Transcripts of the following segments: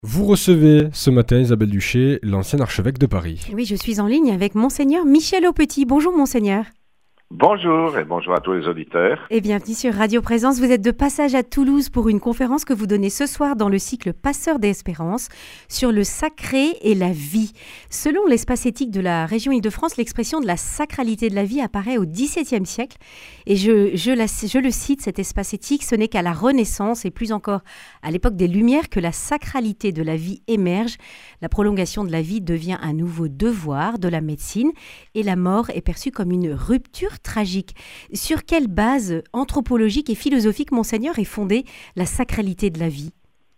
Vous recevez ce matin Isabelle Duché, l'ancien archevêque de Paris. Oui, je suis en ligne avec Monseigneur Michel Aupetit. Bonjour Monseigneur. Bonjour et bonjour à tous les auditeurs. Et bienvenue sur Radio Présence. Vous êtes de passage à Toulouse pour une conférence que vous donnez ce soir dans le cycle Passeurs d'Espérance sur le sacré et la vie. Selon l'espace éthique de la région Île-de-France, l'expression de la sacralité de la vie apparaît au XVIIe siècle. Et je le cite, cet espace éthique, ce n'est qu'à la Renaissance et plus encore à l'époque des Lumières que la sacralité de la vie émerge. La prolongation de la vie devient un nouveau devoir de la médecine et la mort est perçue comme une rupture tragique. Sur quelle base anthropologique et philosophique, Monseigneur, est fondée la sacralité de la vie ?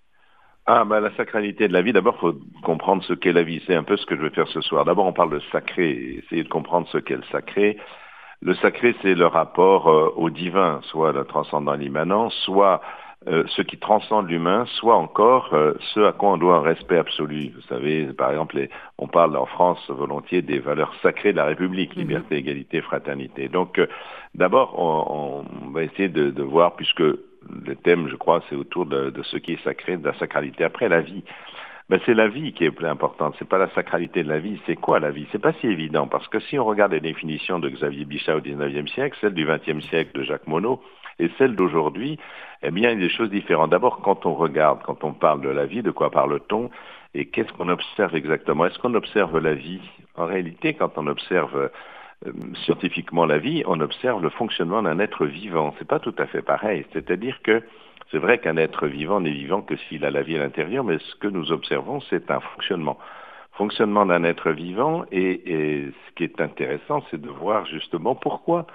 La sacralité de la vie, d'abord, il faut comprendre ce qu'est la vie. C'est un peu ce que je vais faire ce soir. D'abord, on parle de sacré, essayer de comprendre ce qu'est le sacré. Le sacré, c'est le rapport au divin, soit le transcendant l'immanent, soit ce qui transcende l'humain, soit encore ce à quoi on doit un respect absolu. Vous savez, par exemple, on parle en France volontiers des valeurs sacrées de la République, liberté, égalité, fraternité. Donc, d'abord, on va essayer de voir, puisque le thème, je crois, c'est autour de ce qui est sacré, de la sacralité. Après, la vie. C'est la vie qui est plus importante. C'est pas la sacralité de la vie. C'est quoi la vie? C'est pas si évident, parce que si on regarde les définitions de Xavier Bichat au XIXe siècle, celle du XXe siècle de Jacques Monod et celle d'aujourd'hui, eh bien, il y a des choses différentes. D'abord, quand on parle de la vie, de quoi parle-t-on et qu'est-ce qu'on observe exactement? Est-ce qu'on observe la vie? En réalité, quand on observe scientifiquement la vie, on observe le fonctionnement d'un être vivant. C'est pas tout à fait pareil. C'est-à-dire que c'est vrai qu'un être vivant n'est vivant que s'il a la vie à l'intérieur, mais ce que nous observons, c'est un fonctionnement d'un être vivant. Et ce qui est intéressant, c'est de voir justement pourquoi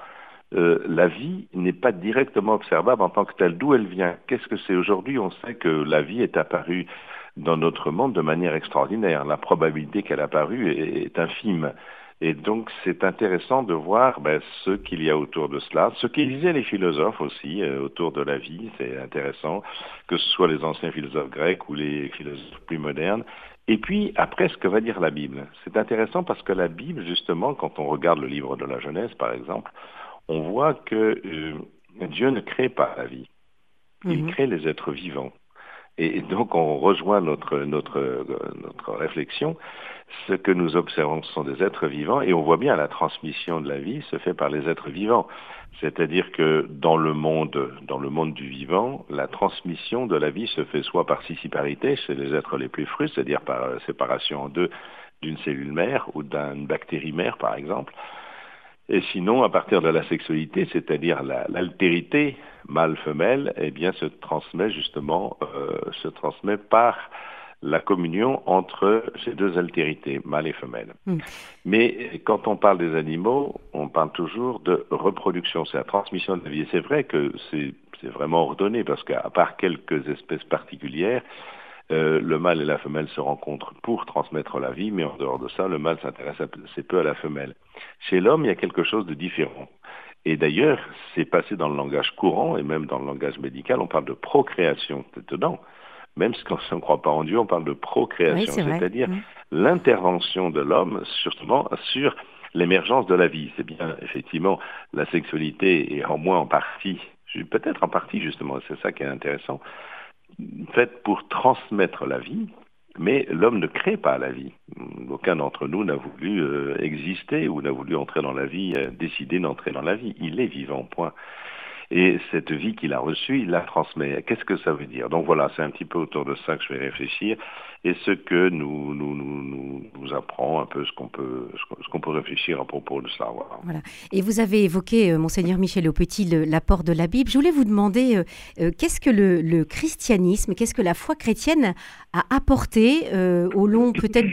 la vie n'est pas directement observable en tant que telle. D'où elle vient? Qu'est-ce que c'est? Aujourd'hui, on sait que la vie est apparue dans notre monde de manière extraordinaire. La probabilité qu'elle apparue est infime. Et donc, c'est intéressant de voir ce qu'il y a autour de cela, ce qu'ils disaient les philosophes aussi autour de la vie, c'est intéressant, que ce soit les anciens philosophes grecs ou les philosophes plus modernes. Et puis, après, ce que va dire la Bible. C'est intéressant parce que la Bible, justement, quand on regarde le livre de la Genèse, par exemple, on voit que Dieu ne crée pas la vie. Il crée les êtres vivants. Et donc, on rejoint notre réflexion. Ce que nous observons, ce sont des êtres vivants, et on voit bien la transmission de la vie se fait par les êtres vivants. C'est-à-dire que dans le monde du vivant, la transmission de la vie se fait soit par scissiparité chez les êtres les plus frustes, c'est-à-dire par séparation en deux d'une cellule mère ou d'une bactérie mère, par exemple, et sinon, à partir de la sexualité, c'est-à-dire l'altérité mâle-femelle, eh bien, se transmet par la communion entre ces deux altérités, mâle et femelle. Mais quand on parle des animaux, on parle toujours de reproduction, c'est la transmission de la vie. Et c'est vrai que c'est vraiment ordonné, parce qu'à part quelques espèces particulières, le mâle et la femelle se rencontrent pour transmettre la vie, mais en dehors de ça, le mâle s'intéresse assez peu à la femelle. Chez l'homme, il y a quelque chose de différent. Et d'ailleurs, c'est passé dans le langage courant, et même dans le langage médical, on parle de procréation. C'est étonnant. Même si on ne croit pas en Dieu, on parle de procréation, oui, c'est-à-dire l'intervention de l'homme justement sur l'émergence de la vie. C'est bien, effectivement, la sexualité est peut-être en partie justement, c'est ça qui est intéressant, faite pour transmettre la vie, mais l'homme ne crée pas la vie. Aucun d'entre nous n'a voulu exister ou n'a voulu entrer dans la vie, décider d'entrer dans la vie. Il est vivant, point. Et cette vie qu'il a reçue, il la transmet. Qu'est-ce que ça veut dire? Donc voilà, c'est un petit peu autour de ça que je vais réfléchir, et ce que nous apprend un peu ce qu'on peut réfléchir à propos de cela. Voilà. Et vous avez évoqué, Monseigneur Michel Aupetit, l'apport de la Bible. Je voulais vous demander qu'est-ce que le christianisme, qu'est-ce que la foi chrétienne a apporté au long peut-être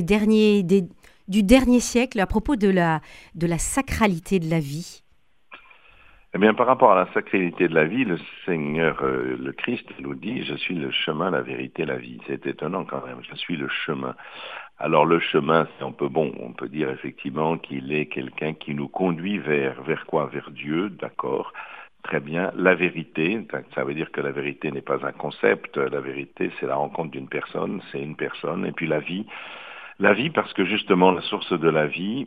du dernier siècle à propos de la sacralité de la vie? Eh bien, par rapport à la sacralité de la vie, le Seigneur, le Christ, nous dit « Je suis le chemin, la vérité, la vie ». C'est étonnant quand même, je suis le chemin. Alors le chemin, on peut dire effectivement qu'il est quelqu'un qui nous conduit vers quoi? Vers Dieu, d'accord, très bien. La vérité, ça veut dire que la vérité n'est pas un concept, la vérité c'est la rencontre d'une personne, c'est une personne, et puis la vie. La vie, parce que justement, la source de la vie,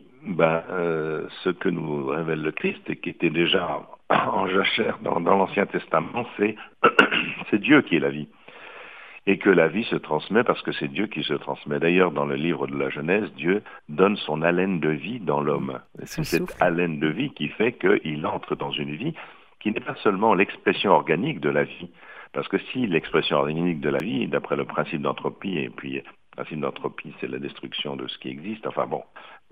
ce que nous révèle le Christ, et qui était déjà en jachère dans l'Ancien Testament, c'est Dieu qui est la vie. et que la vie se transmet parce que c'est Dieu qui se transmet. D'ailleurs, dans le livre de la Genèse, Dieu donne son haleine de vie dans l'homme. C'est cette haleine de vie qui fait qu'il entre dans une vie qui n'est pas seulement l'expression organique de la vie. Parce que si l'expression organique de la vie, d'après le principe d'entropie, et puis le principe d'entropie, c'est la destruction de ce qui existe, enfin bon,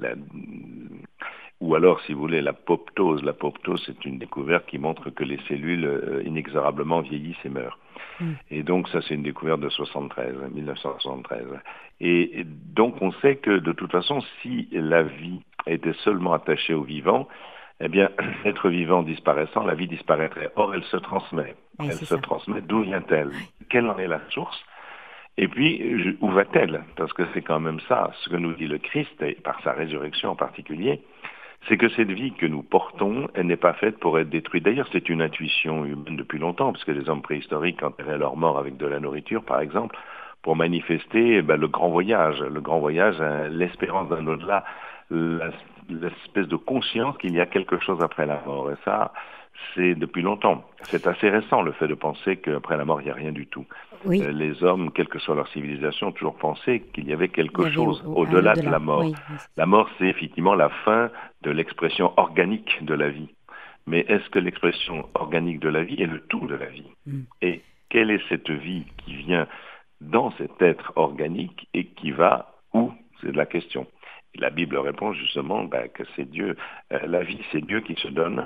ou alors, si vous voulez, l'apoptose. L'apoptose, c'est une découverte qui montre que les cellules inexorablement vieillissent et meurent. Et donc, ça, c'est une découverte de 1973. Et donc, on sait que, de toute façon, si la vie était seulement attachée au vivant, eh bien, l'être vivant disparaissant, la vie disparaîtrait. Or, elle se transmet. Oui, elle se transmet. D'où vient-elle? Quelle en est la source? Et puis, où va-t-elle? Parce que c'est quand même ça, ce que nous dit le Christ, et par sa résurrection en particulier, c'est que cette vie que nous portons, elle n'est pas faite pour être détruite. D'ailleurs, c'est une intuition humaine depuis longtemps, parce que les hommes préhistoriques enterraient leurs morts avec de la nourriture, par exemple, pour manifester le grand voyage. Le grand voyage, l'espérance d'un au-delà, l'espèce de conscience qu'il y a quelque chose après la mort. Et ça, c'est depuis longtemps. C'est assez récent, le fait de penser qu'après la mort, il n'y a rien du tout. Oui. Les hommes, quelle que soit leur civilisation, ont toujours pensé qu'il y avait quelque chose au-delà de la mort. Oui. La mort, c'est effectivement la fin de l'expression organique de la vie. Mais est-ce que l'expression organique de la vie est le tout de la vie? Et quelle est cette vie qui vient dans cet être organique et qui va où? C'est la question. Et la Bible répond justement que c'est Dieu. La vie, c'est Dieu qui se donne.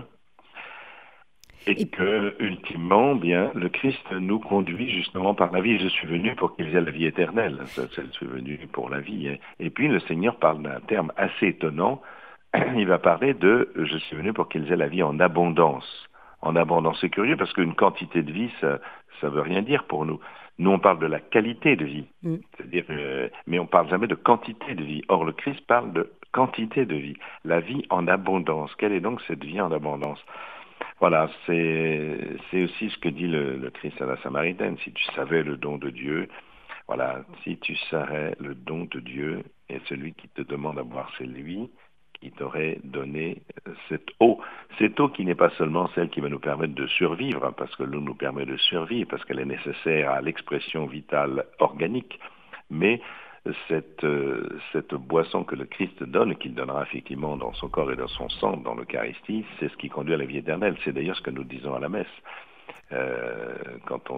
Et que, ultimement, le Christ nous conduit justement par la vie. Je suis venu pour qu'ils aient la vie éternelle. Je suis venu pour la vie. Et puis, le Seigneur parle d'un terme assez étonnant. Il va parler de « je suis venu pour qu'ils aient la vie en abondance ». En abondance, c'est curieux parce qu'une quantité de vie, ça veut rien dire pour nous. Nous, on parle de la qualité de vie. C'est-à-dire, mais on parle jamais de quantité de vie. Or, le Christ parle de quantité de vie. La vie en abondance. Quelle est donc cette vie en abondance? Voilà, c'est aussi ce que dit le Christ à la Samaritaine. Si tu savais le don de Dieu, voilà, si tu savais le don de Dieu, et celui qui te demande à boire, c'est lui qui t'aurait donné cette eau qui n'est pas seulement celle qui va nous permettre de survivre, parce que l'eau nous permet de survivre, parce qu'elle est nécessaire à l'expression vitale organique, mais cette boisson que le Christ donne, qu'il donnera effectivement dans son corps et dans son sang, dans l'Eucharistie, c'est ce qui conduit à la vie éternelle. C'est d'ailleurs ce que nous disons à la messe. Quand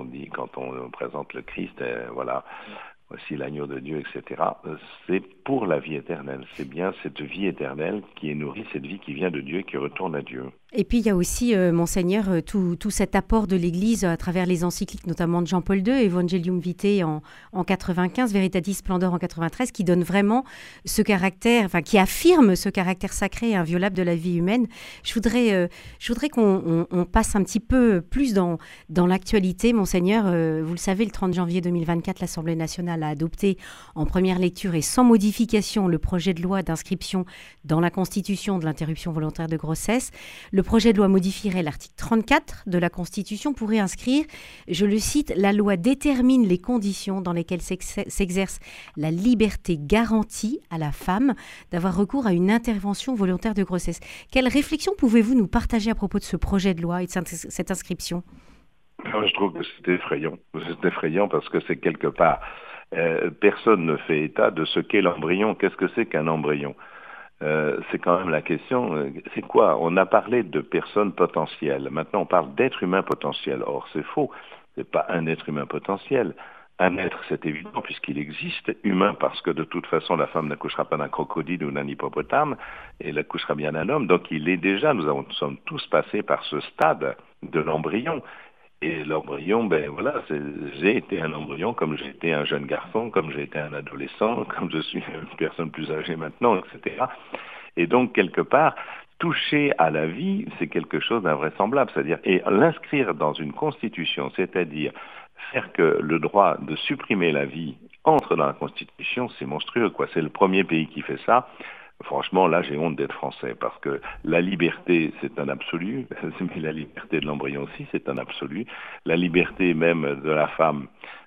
on présente le Christ, voilà, voici l'agneau de Dieu, etc. C'est pour la vie éternelle. C'est bien cette vie éternelle qui est nourrie, cette vie qui vient de Dieu et qui retourne à Dieu. Et puis il y a aussi, Monseigneur, tout cet apport de l'Église à travers les encycliques, notamment de Jean-Paul II, Evangelium Vitae en 95, Veritatis Splendor en 93, qui donne vraiment ce caractère, enfin qui affirme ce caractère sacré et inviolable de la vie humaine. Je voudrais qu'on passe un petit peu plus dans l'actualité, Monseigneur. Vous le savez, le 30 janvier 2024, l'Assemblée nationale a adopté en première lecture et sans modification le projet de loi d'inscription dans la Constitution de l'interruption volontaire de grossesse. Le projet de loi modifierait l'article 34 de la Constitution pour y inscrire, je le cite, « La loi détermine les conditions dans lesquelles s'exerce la liberté garantie à la femme d'avoir recours à une intervention volontaire de grossesse ». Quelle réflexion pouvez-vous nous partager à propos de ce projet de loi et de cette inscription ? Je trouve que c'est effrayant. C'est effrayant parce que c'est quelque part, personne ne fait état de ce qu'est l'embryon. Qu'est-ce que c'est qu'un embryon ? C'est quand même la question, c'est quoi? On a parlé de personnes potentielles, maintenant on parle d'être humain potentiel. Or c'est faux, c'est pas un être humain potentiel. Un être, c'est évident, puisqu'il existe, humain, parce que de toute façon la femme n'accouchera pas d'un crocodile ou d'un hippopotame, et elle accouchera bien d'un homme, donc il est déjà, nous sommes tous passés par ce stade de l'embryon. Et l'embryon, voilà, j'ai été un embryon comme j'ai été un jeune garçon, comme j'ai été un adolescent, comme je suis une personne plus âgée maintenant, etc. Et donc, quelque part, toucher à la vie, c'est quelque chose d'invraisemblable. C'est-à-dire, et l'inscrire dans une constitution, c'est-à-dire faire que le droit de supprimer la vie entre dans la Constitution, c'est monstrueux, quoi. C'est le premier pays qui fait ça. Franchement, là, j'ai honte d'être français, parce que la liberté, c'est un absolu, mais la liberté de l'embryon aussi, c'est un absolu. La liberté même de la femme,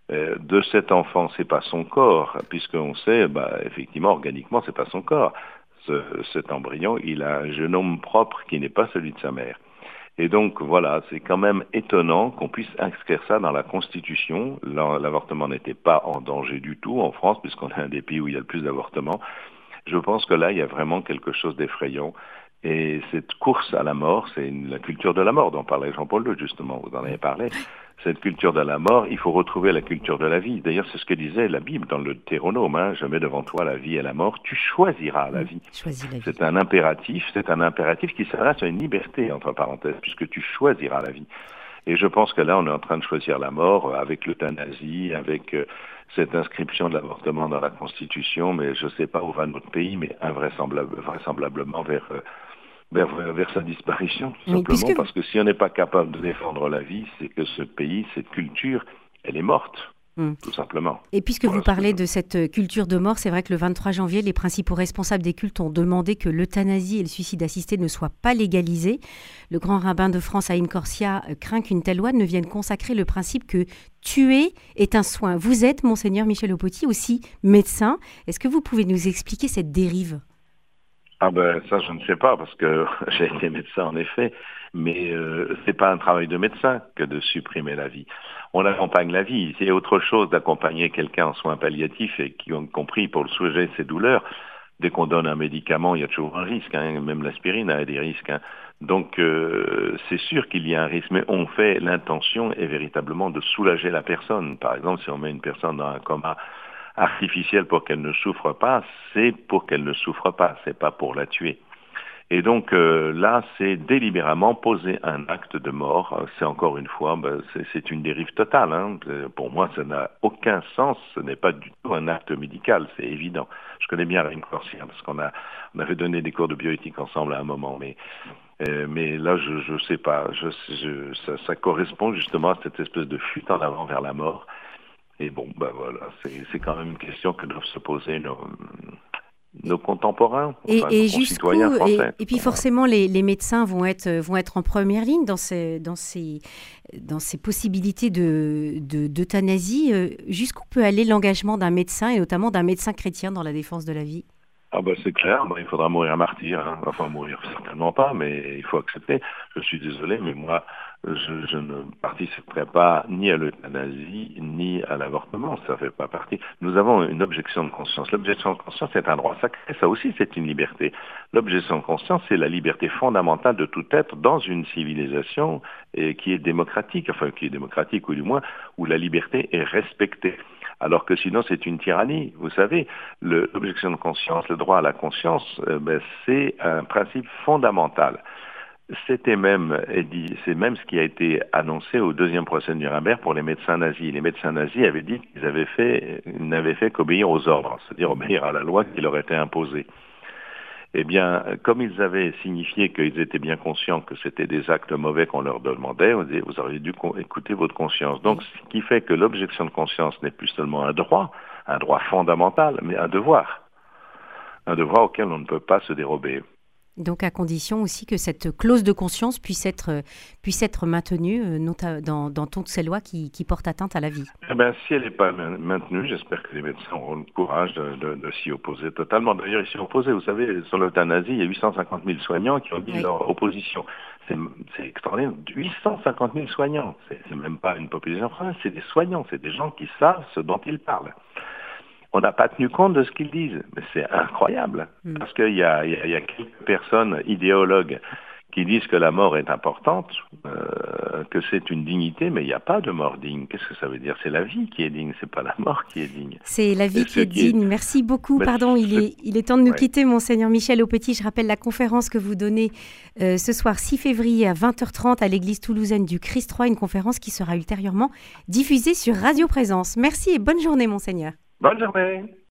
de cet enfant, c'est pas son corps, puisqu'on sait, effectivement, organiquement, c'est pas son corps. Cet embryon, il a un génome propre qui n'est pas celui de sa mère. Et donc voilà, c'est quand même étonnant qu'on puisse inscrire ça dans la Constitution. L'avortement n'était pas en danger du tout en France, puisqu'on est un des pays où il y a le plus d'avortements. Je pense que là, il y a vraiment quelque chose d'effrayant. Et cette course à la mort, c'est la culture de la mort dont parlait Jean-Paul II, justement, vous en avez parlé. Cette culture de la mort, il faut retrouver la culture de la vie. D'ailleurs, c'est ce que disait la Bible dans le Deutéronome, hein, je mets devant toi la vie et la mort, tu choisiras la vie. C'est un impératif qui s'adresse à une liberté, entre parenthèses, puisque tu choisiras la vie. Et je pense que là, on est en train de choisir la mort avec l'euthanasie, avec cette inscription de l'avortement dans la Constitution, mais je ne sais pas où va notre pays, mais vraisemblablement vers sa disparition, tout simplement, parce que si on n'est pas capable de défendre la vie, c'est que ce pays, cette culture, elle est morte. Tout simplement. Et puisque vous parlez de cette culture de mort, c'est vrai que le 23 janvier, les principaux responsables des cultes ont demandé que l'euthanasie et le suicide assisté ne soient pas légalisés. Le grand rabbin de France, Haïm Corsia, craint qu'une telle loi ne vienne consacrer le principe que tuer est un soin. Vous êtes, monseigneur Michel Aupetit, aussi médecin. Est-ce que vous pouvez nous expliquer cette dérive ? Ah ben ça, je ne sais pas, parce que j'ai été médecin en effet, mais c'est pas un travail de médecin que de supprimer la vie. On accompagne la vie. C'est autre chose d'accompagner quelqu'un en soins palliatifs et qui ont compris pour le soulager ses douleurs. Dès qu'on donne un médicament, il y a toujours un risque. Hein. Même l'aspirine a des risques. Hein. Donc c'est sûr qu'il y a un risque, mais on fait, l'intention est véritablement de soulager la personne. Par exemple, si on met une personne dans un coma artificiel pour qu'elle ne souffre pas, c'est pour qu'elle ne souffre pas, c'est pas pour la tuer. Et donc là, c'est délibérément poser un acte de mort. C'est encore une fois, c'est une dérive totale. Hein. Pour moi, ça n'a aucun sens. Ce n'est pas du tout un acte médical, c'est évident. Je connais bien Haïm Corsia parce qu'on avait donné des cours de bioéthique ensemble à un moment, mais là, je sais pas. Ça correspond justement à cette espèce de fuite en avant vers la mort. Et bon, voilà, c'est quand même une question que doivent se poser nos contemporains, nos concitoyens français. Et puis forcément, les médecins vont être en première ligne dans ces possibilités d'euthanasie. Jusqu'où peut aller l'engagement d'un médecin, et notamment d'un médecin chrétien dans la défense de la vie ? Ah c'est clair, il faudra mourir martyr. Hein. Enfin, mourir certainement pas, mais il faut accepter. Je suis désolé, mais moi, je ne participerai pas ni à l'euthanasie, ni à l'avortement. Ça ne fait pas partie. Nous avons une objection de conscience. L'objection de conscience est un droit sacré. Ça aussi, c'est une liberté. L'objection de conscience, c'est la liberté fondamentale de tout être dans une civilisation qui est démocratique, ou du moins où la liberté est respectée. Alors que sinon, c'est une tyrannie. Vous savez, l'objection de conscience, le droit à la conscience, c'est un principe fondamental. C'est même ce qui a été annoncé au deuxième procès de Nuremberg pour les médecins nazis. Les médecins nazis avaient dit qu'ils n'avaient fait qu'obéir aux ordres, c'est-à-dire obéir à la loi qui leur était imposée. Eh bien, comme ils avaient signifié qu'ils étaient bien conscients que c'était des actes mauvais qu'on leur demandait, on disait, vous auriez dû écouter votre conscience. Donc, ce qui fait que l'objection de conscience n'est plus seulement un droit fondamental, mais un devoir auquel on ne peut pas se dérober. Donc à condition aussi que cette clause de conscience puisse être maintenue dans toutes ces lois qui portent atteinte à la vie. Eh bien, si elle n'est pas maintenue, j'espère que les médecins auront le courage de s'y opposer totalement. D'ailleurs, ils s'y opposaient. Vous savez, sur l'euthanasie, il y a 850 000 soignants qui ont dit leur opposition. C'est extraordinaire. 850 000 soignants. C'est même pas une population française, c'est des soignants. C'est des gens qui savent ce dont ils parlent. On n'a pas tenu compte de ce qu'ils disent, mais c'est incroyable, parce qu'il y a quelques personnes idéologues qui disent que la mort est importante, que c'est une dignité, mais il n'y a pas de mort digne. Qu'est-ce que ça veut dire ? C'est la vie qui est digne, c'est pas la mort qui est digne. C'est la vie qui est digne. Merci beaucoup. Pardon, il est temps de nous quitter, monseigneur Michel Aupetit. Je rappelle la conférence que vous donnez ce soir 6 février à 20h30 à l'église toulousaine du Christ-Roi, une conférence qui sera ultérieurement diffusée sur Radio Présence. Merci et bonne journée, monseigneur. Bonne journée.